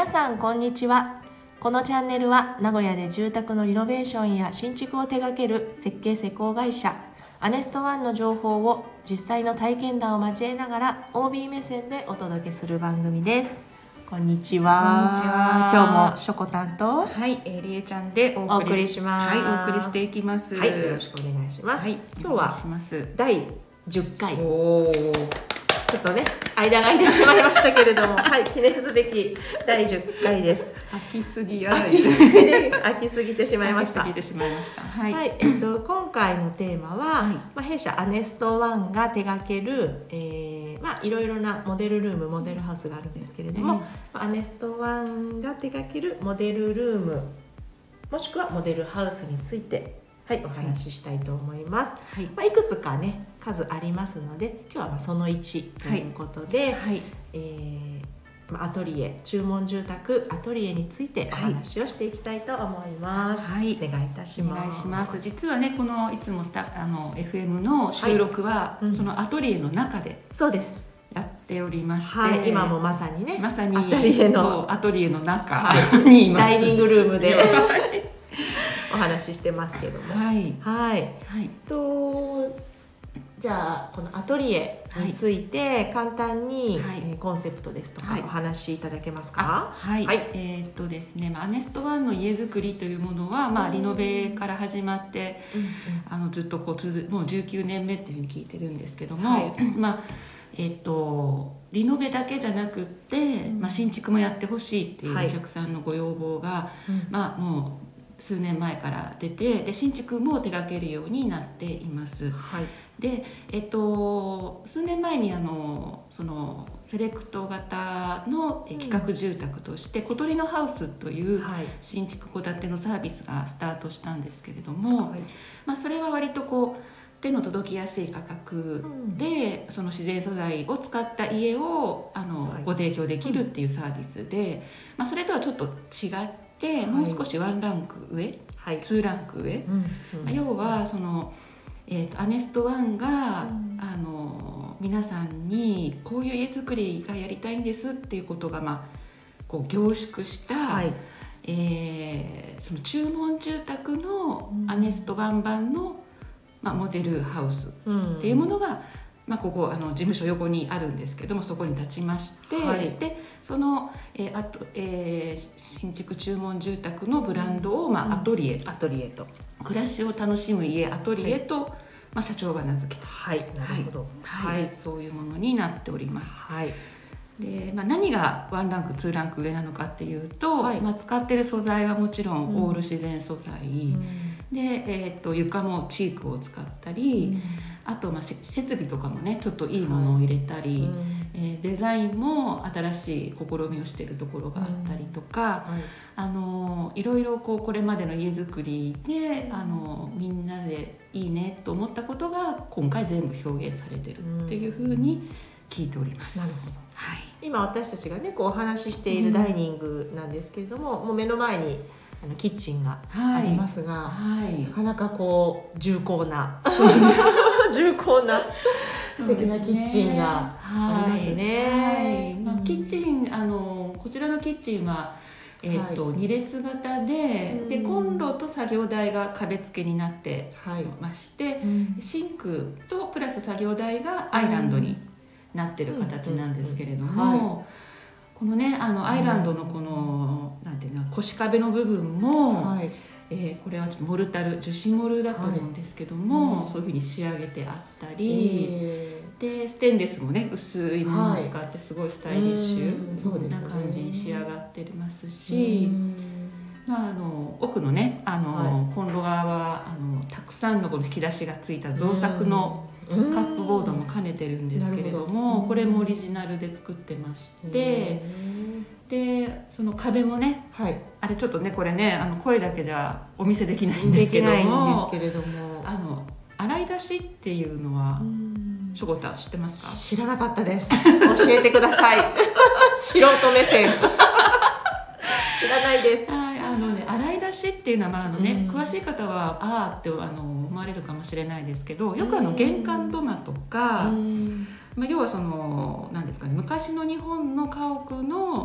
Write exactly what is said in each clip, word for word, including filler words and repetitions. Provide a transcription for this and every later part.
皆さんこんにちは。このチャンネルは名古屋で住宅のリノベーションや新築を手掛ける設計施工会社アネストワンの情報を実際の体験談を交えながら オービー 目線でお届けする番組です。こんにちは。 こんにちは。 今日もしょこたんとはい、えー、りえちゃんでお送り し, お送りします。 はい、お送りしていきます。 はい、よろしくお願いします。 はい、 今日はだいじゅっかい。 おーちょっとね間が空いてしまいましたけれどもはい記念すべきだいじゅっかいです。 飽きすぎや飽きすぎで飽きすぎてしまいました。 飽きすぎてしまいました。はい、 はい、えっと、今回のテーマは、 はいまあ、弊社アネストワンが手掛ける、えーまあ、いろいろなモデルルームモデルハウスがあるんですけれども、うん、アネストワンが手掛けるモデルルームもしくはモデルハウスについてはい、お話ししたいと思います。はい、まあ、いくつかね数ありますので今日はまあそのいちということで、はいはいえーまあ、アトリエ注文住宅アトリエについてお話をしていきたいと思います。はい、お願いいたします。 お願いします。実はねこのいつもスタあの エフエム の収録は、はいうん、そのアトリエの中でそうですやっておりまして、 はい、今もまさにねまさにアトリエのアトリエの中にいます。 ダイニングルームでお話ししてますけどもはいはい、はい、とじゃあこのアトリエについて簡単に、はい、コンセプトですとかお話しいただけますか。 はい、はい、えー、っとですね、アネストワンの家づくりというものは、まあ、リノベから始まって、うんうん、あのずっとこう続もうじゅうきゅうねんめっていうふうに聞いてるんですけども、はい、まあえー、っとリノベだけじゃなくって、うんまあ、新築もやってほしいっていうお客さんのご要望が、はいまあ、もう数年前から出てで新築も手掛けるようになっています。はい、で、えっと、数年前にあのそのセレクト型の企画住宅として、うん、小鳥のハウスという新築戸建てのサービスがスタートしたんですけれども、はいまあ、それは割とこう手の届きやすい価格で、うん、その自然素材を使った家をあの、はい、ご提供できるっていうサービスで、まあ、それとはちょっと違ってでもう少しワンランク上、はい、ツーランク上、うんうん、要はその、えーと、アネストワンが、うん、あの皆さんにこういう家づくりがやりたいんですっていうことが、まあ、こう凝縮した、はいえー、その注文住宅のアネストワン版の、まあ、モデルハウスっていうものが、うんまあ、ここあの事務所横にあるんですけどもそこに立ちまして、はい、でその、えーあとえー、新築注文住宅のブランドを、まあ、アトリエ、うん、アトリエと暮らしを楽しむ家アトリエと、はいまあ、社長が名付けた、はい、なるほど、はいはい、そういうものになっております。はいでまあ、何がワンランクツーランク上なのかっていうと、はいまあ、使ってる素材はもちろんオール自然素材、うん、で、えー、と床もチークを使ったり、うんあとまあ設備とかもねちょっといいものを入れたり、はいうんえー、デザインも新しい試みをしているところがあったりとか、うんはい、あのいろいろこうこれまでの家づくりであのみんなでいいねと思ったことが今回全部表現されてるっていうふうに聞いております。 なるほど、はい、今私たちがねこうお話ししているダイニングなんですけれども、うん、もう目の前にあのキッチンがありますが、はいはい、なかなかこう重厚な重厚な素敵なキッチンがありますね。 はいはいまあ、キッチンあのこちらのキッチンは、えーとはい、に列型 で,、うん、でコンロと作業台が壁付けになってまして、はいうん、シンクとプラス作業台がアイランドになってる形なんですけれども、うんうんうんはいこのねあのアイランドのこの、うん、なんていうの腰壁の部分も、はいえー、これはちょっとモルタル樹脂モルだと思うんですけども、はい、そういうふうに仕上げてあったり、えー、でステンレスもね薄いものを使ってすごいスタイリッシュな感じに仕上がってますし、まあ、あの奥のねあの、はい、コンロ側はあのたくさんのこの引き出しがついた造作のカップボードも兼ねてるんですけれどもこれもオリジナルで作ってましてでその壁もね、はい、あれちょっとねこれねあの声だけじゃお見せできないんですけども、できないんですけれどもあの洗い出しっていうのはしょこたん知ってますか？ 知らなかったです。教えてください。素人目線知らないです。 はい、あのね洗い出しっていうのは、まああのね、詳しい方はあーってあの思われるかもしれないですけどよくあの玄関土間とか、まあ、要はその何ですかね昔の日本の家屋の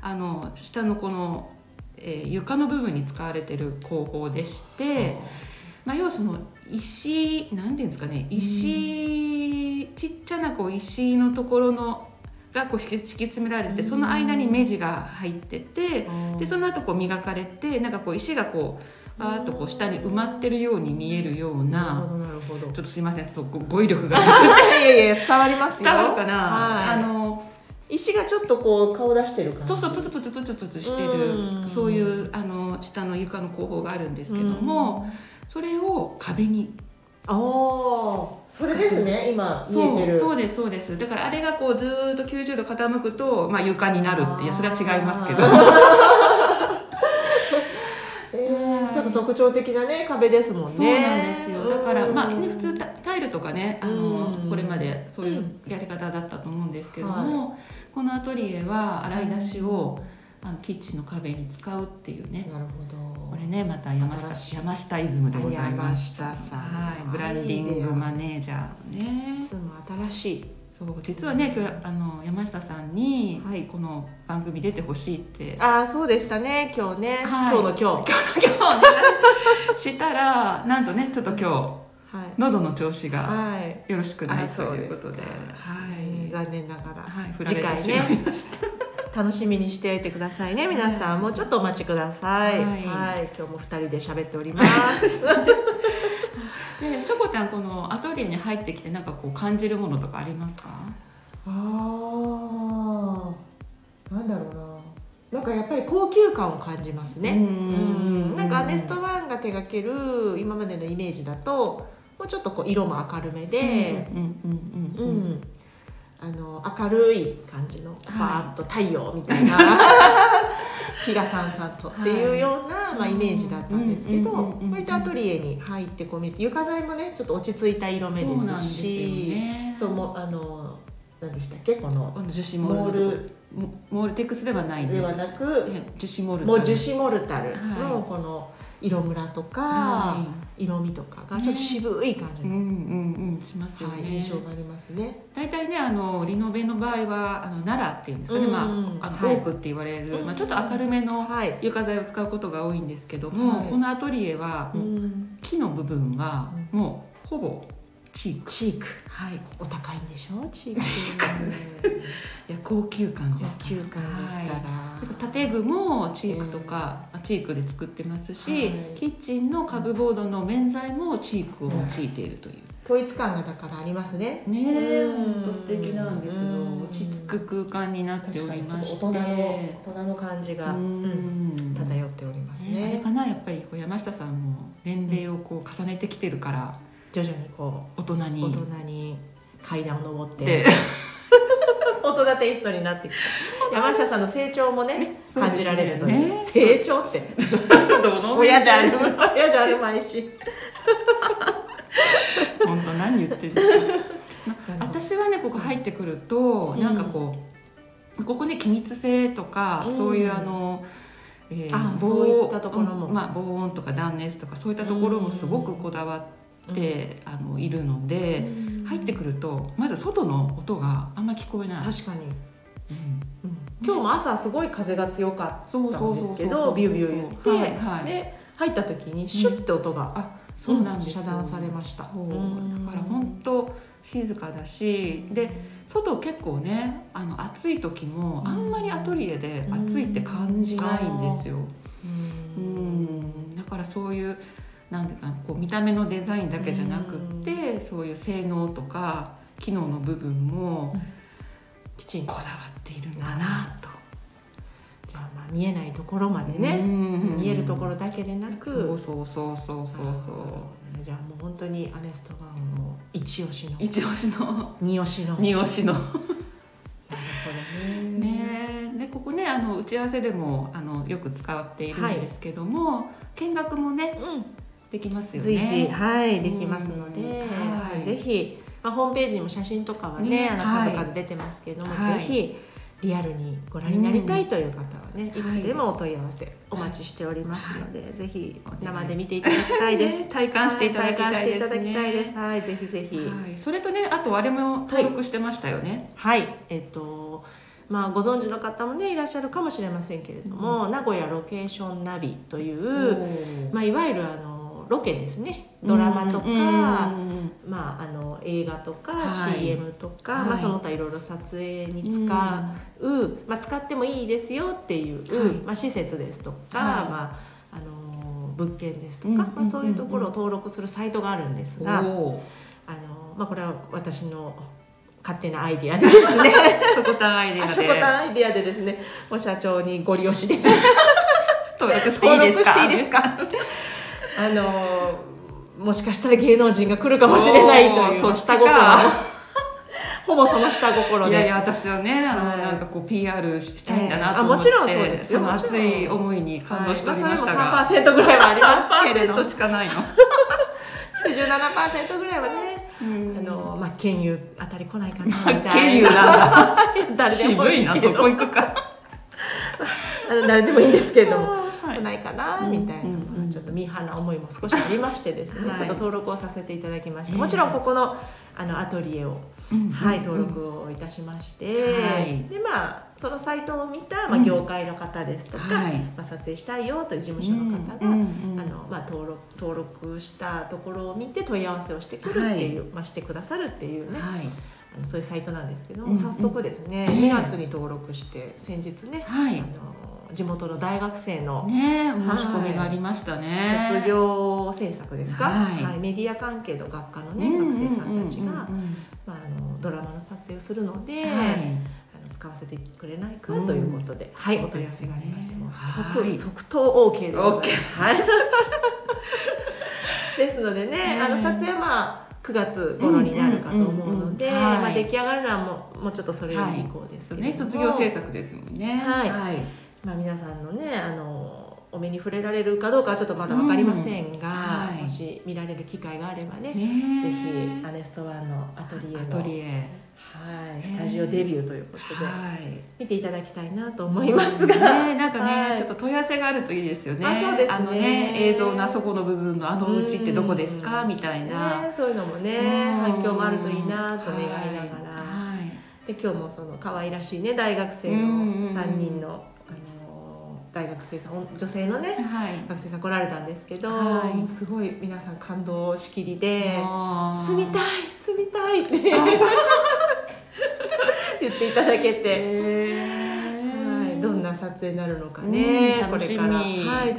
あの下のこの、えー、床の部分に使われている工法でして、まあ、要はその石なんていうんですかね、石、うん、ちっちゃなこう石のところのがこう敷き詰められて、その間に目地が入ってて、でその後こう磨かれて、なんかこう石がこうバーッとこう下に埋まってるように見えるような、 なるほど、 ちょっとすいません、そう語彙力がいやいや伝わりますよ。 伝わるかな、 はい、あの石がちょっとこう顔出してる感じ、 そうそう、プツプツプツプツしてる、うそういうあの下の床の工法があるんですけども、それを壁に、 ああ、それですね、今見えてる。 そう、そうですそうです。だからあれがこうずーっときゅうじゅうど傾くと、まあ、床になるって、いやそれは違いますけどえー、ちょっと特徴的なね壁ですもんね。 そうなんですよ。だからまあね、普通タイルとかね、あのこれまでそういうやり方だったと思うんですけども、はい、このアトリエは洗い出しをあのキッチンの壁に使うっていうね。 なるほど。 これね、また山下山下イズムでございます。 山下さん、 はい、ブランディングマネージャーね。 いつも新しい。 そう実はね、今日あの山下さんにこの番組出てほしいって、 はい、あそうでしたね、今日ね、はい、今日の今日今日の今日したら、なんとねちょっと今日、はい、喉の調子がよろしくない、はい、ということで、はい、 残念ながら、 はい、 次回ね楽しみにしていてくださいね、皆さん、はい、もうちょっとお待ちください。はい、はい、今日もふたりで喋っておりますでしょこたん、このアトリエに入ってきてなんかこう感じるものとかありますか？ あー、なんだろうな、なんかやっぱり高級感を感じますね。うん、なんかアネストワンが手掛ける今までのイメージだと、もうちょっとこう色も明るめで、明るい感じのバーッと太陽みたいな、はい、日がさんさんとっていうような、はい、まあ、イメージだったんですけど、割とアトリエに入ってこう見ると床材もねちょっと落ち着いた色目ですし、そうもあの何でしたっけ、この樹脂モールモールテックスではないんです。 ではなく樹脂モルタル、 もう樹脂モルタルのこの色ムラとか、はい、色味とかがちょっと渋い感じの、ね、うんうんうんしますよね、はい、印象がありますね。 大体ね、あのリノベの場合はあのナラっていうんですかね、うん、まあ、あの、はい、オークって言われる、まあ、ちょっと明るめの床材を使うことが多いんですけども、はい、このアトリエは、うん、木の部分はもうほぼチーク、 チーク、 はい、 お高いんでしょチークいや高級感です、 高級感ですから、 はい、建具もチークとか、えー、チークで作ってますし、はい、キッチンの家具ボードの面材もチークを用いているという、 統一感がだからありますね。 ねえ、本当素敵なんですよ。落ち着く空間になっておりまして、 大人の大人の感じが、うん、漂っておりますね。 ね、あれかな、やっぱりこう山下さんも年齢をこう重ねてきてるから、 徐々にこう大人に大人に階段を上って大人テイストになってきた山下さんの成長も ね, ね感じられるという、ね、成長って親じゃある親じゃあるまいし本当何言ってるんですか私はねここ入ってくると、うん、なんかこうここね気密性とか、うん、そういうあのえー、あそういったところも、 まあ、防音とか断熱とかそういったところもすごくこだわって、うん、あのいるので、うん、入ってくるとまず外の音があんま聞こえない。 確かに、うんうん、今日も朝すごい風が強かったんですけどビュービュー言って、はいはい、で入った時にシュッて音が、うん、あそうなんです、遮断されました。だから本当静かだし、で外結構ねあの暑い時もあんまりアトリエで暑いって感じないんですよ。うんうんだからそういうなんていうかこう見た目のデザインだけじゃなくってそういう性能とか機能の部分もきちんとこだわっているんだなと。 じゃあまあ見えないところまでね、見えるところだけでなく、 そうそうそうそうそうそう。 じゃあもう本当にアネストワンの一押しの一押しの二押しの二押しのなるほどね。 ねでここねあの打ち合わせでもあのよく使っているんですけども、はい、見学もね、うん、できますよね。 随時はいできますので、はい、ぜひ、まあ、ホームページにも写真とかはね、ねあの数々出てますけども、はい、ぜひリアルにご覧になりたいという方はね、うん、いつでもお問い合わせお待ちしておりますので、はい、ぜひ生で見ていただきたいです、 ね、体感していただきたいですね。体感していただきたいです。 はい、ぜひぜひ、 はい、それとねあとあれも登録してましたよね。 はい、はい、えっとまあ、ご存知の方もねいらっしゃるかもしれませんけれども、うん、名古屋ロケーションナビという、まあ、いわゆるあのロケですね、ドラマとか、うん、まあ、あの映画とか、はい、シーエム とか、はい、まあ、その他いろいろ撮影に使う、うん、まあ、使ってもいいですよっていう、はい、まあ、施設ですとか、はい、まあ、あの物件ですとか、まあ、そういうところを登録するサイトがあるんですが、あの、まあ、これは私の勝手なアイディアでですねショコタンアイディアでショコタンアイディアでですね、もう社長にご利用しで登録していいですか登録していいですかあのもしかしたら芸能人が来るかもしれないという下心ほぼその下心で、 いやいや私はね、あの、はい、なんかこう ピーアール したいんだなと思って、 えー、あもちろんそうですよ、 その熱い思いに感動しておりましたが、 はい、まあ、それも さんパーセント ぐらいはありますけれどさんパーセント しかないのきゅうじゅうななパーセント ぐらいはね、うん、あのまあ県有あたり来ないかなみたいな、 県有なんだ誰でもいいけど渋いな、そこ行くかあの誰でもいいんですけれども、はい、来ないかなみたいな、 うんうん、 ちょっとミーハーな思いも少しありましてですね、はい、ちょっと登録をさせていただきまして、もちろんここの、あのアトリエを、はい、登録をいたしまして、はい、でまあそのサイトを見た、まあ、業界の方ですとか、うん、はい、まあ、撮影したいよという事務所の方が、うんうん、あのまあ、登録、登録したところを見て問い合わせをしてくるっていう、はい、まあ、してくださるっていうね、はい、あのそういうサイトなんですけども、うんうん、早速ですね、うん、にがつに登録して先日ね、はい、あの地元の大学生の、 ね、お申し込みがありましたね、 はい、卒業制作ですか、はいはい、メディア関係の学科の、ね、学生さんたちが、まあ、あのドラマの撮影をするので、はい、あの使わせてくれないかということで、うん、はい、お問い合わせがありまして、もう即、はい、即答 OK でございます、はい、ですのでね、あの撮影はまあくがつ頃になるかと思うので、まあ、出来上がるのはもう、もうちょっとそれより以降ですけれども、はい、ね、 卒業制作ですもんね、 はい、はい、まあ、皆さんのね、あのお目に触れられるかどうかはちょっとまだ分かりませんが、うん、はい、もし見られる機会があればね、ね、ぜひアネストワンのアトリエのアトリエ、 はい、スタジオデビューということで、はい、見ていただきたいなと思いますが、 ね、なんかね、はい、ちょっと問い合わせがあるといいですよね。 あ、そうですね、 あのね、映像のあそこの部分のあのうちってどこですかみたいな、 ね、そういうのもね、反響もあるといいなと願いながら、はい、で今日もその可愛らしいね大学生のさんにんの大学生さん、女性のね、はい、学生さん来られたんですけど、はい、すごい皆さん感動しきりで、住みたい住みたいって言っていただけて、はい、どんな撮影になるのかね、これから、はい、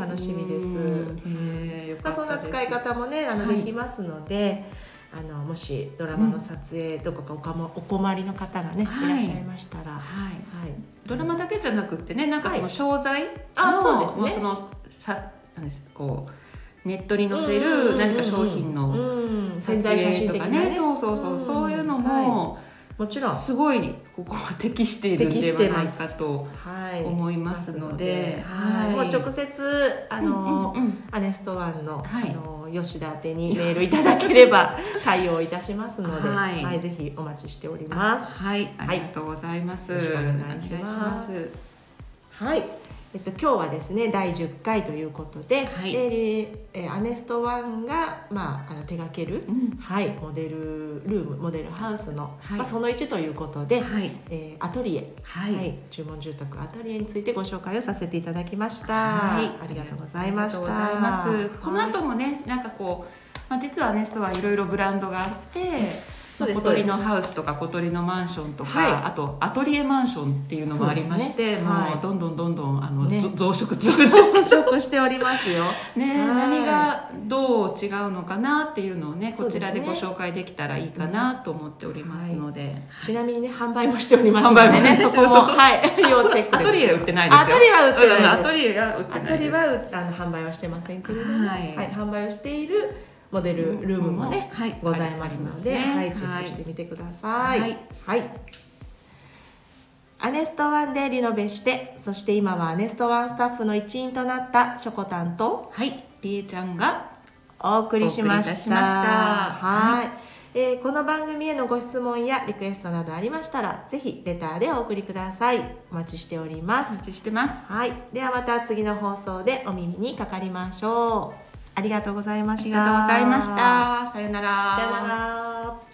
楽しみです。まあ、そんな使い方もね、あの、はい、できますので、あのもしドラマの撮影どこかおかもお困りの方がね、はい、いらっしゃいましたら、はいはい、 ドラマだけじゃなくってね、なんかこの商材の、 はい、あ、そうですね、 そのさこうネットに載せる何か商品の宣材写真とかね、 そうそうそう、そういうのも、はい、もちろんすごいここは適しているんではないかと思いますので、 はい、もう直接あの、うんうんうん、アネストワンの、はい、あの吉田宛てにメールいただければ対応いたしますので、はいはい、ぜひお待ちしております。 はい、ありがとうございます。よろしくお願いします。 はい、えっと、今日はですねだいじゅっかいということで、はい、でえアネストワンが、まあ、あの手掛ける、うん、はい、モデルルームモデルハウスの、はい、まあ、そのいちということで、はい、えー、アトリエ、はいはい、注文住宅アトリエについてご紹介をさせていただきました。はい、ありがとうございました。 ありがとうございます。この後もね、なんかこう、まあ、実はアネストワンいろいろブランドがあって、うん、小鳥のハウスとか小鳥のマンションとか、はい、あとアトリエマンションっていうのもありまして、ね、もうどんどんどんどんあの、ね、増殖中です増殖しておりますよ、 ね、何がどう違うのかなっていうのをね、こちらでご紹介できたらいいかなと思っておりますので、はい、 ちなみにね販売もしておりますのでね、そこも、はい、要チェックで。 アトリエは売ってないですよ。 アトリエは売ってないです。 アトリエは売ってないです。 アトリエはあの販売はしてませんけれども、はい、はい、販売をしているモデルルームもね、はい、ございますので、はい、チェックしてみてください。はい、はい、アネストワンでリノベして、そして今はアネストワンスタッフの一員となったしょこたんと、 はい、りえちゃんがお送りしました。 しました。 はい、はい、えー、この番組へのご質問やリクエストなどありましたら、ぜひレターでお送りください。お待ちしております。 お待ちしてます。 はい、ではまた次の放送でお耳にかかりましょう。ありがとうございました。 ありがとうございました。さよなら。 さよなら。